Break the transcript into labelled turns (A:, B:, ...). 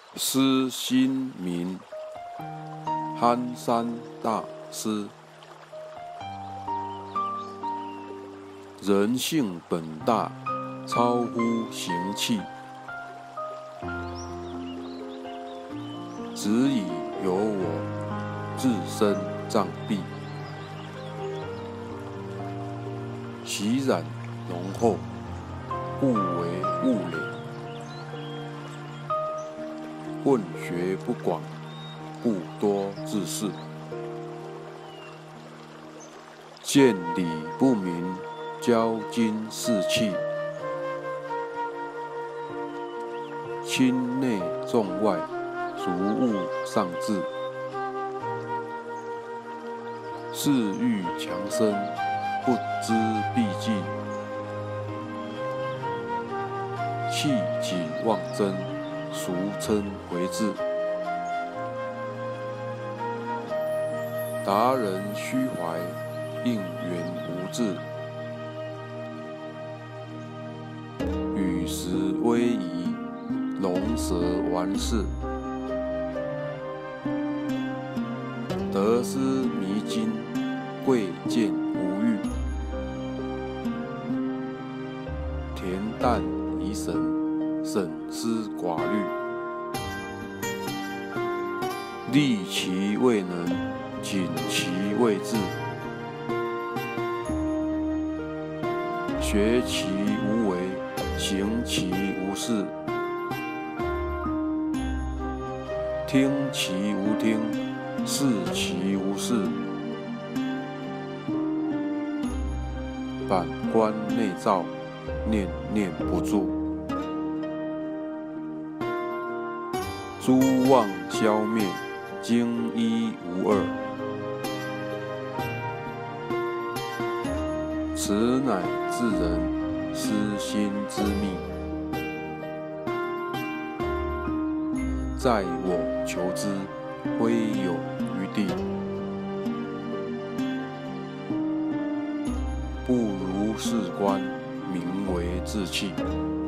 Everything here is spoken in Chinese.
A: 师心明，憨山大师。人性本大，超乎形气，只以有我自身障蔽，习染浓厚，故为物累。问学不广，故多自恃；见理不明，骄矜士气。亲内重外，俗务上治。士欲强身，不知避忌；气己妄争，俗称回志。达人虚怀，应缘无志。与时威仪，龙蛇玩世。得失弥津，贵贱无欲。恬淡怡神，审思寡虑。力其未能，谨其未至。学其无为，行其无事。听其无听，视其无视。反观内照，念念不住。诸妄消灭，精一无二。此乃智人思心之秘。在我求之，非有余地。不如是观，名为志气。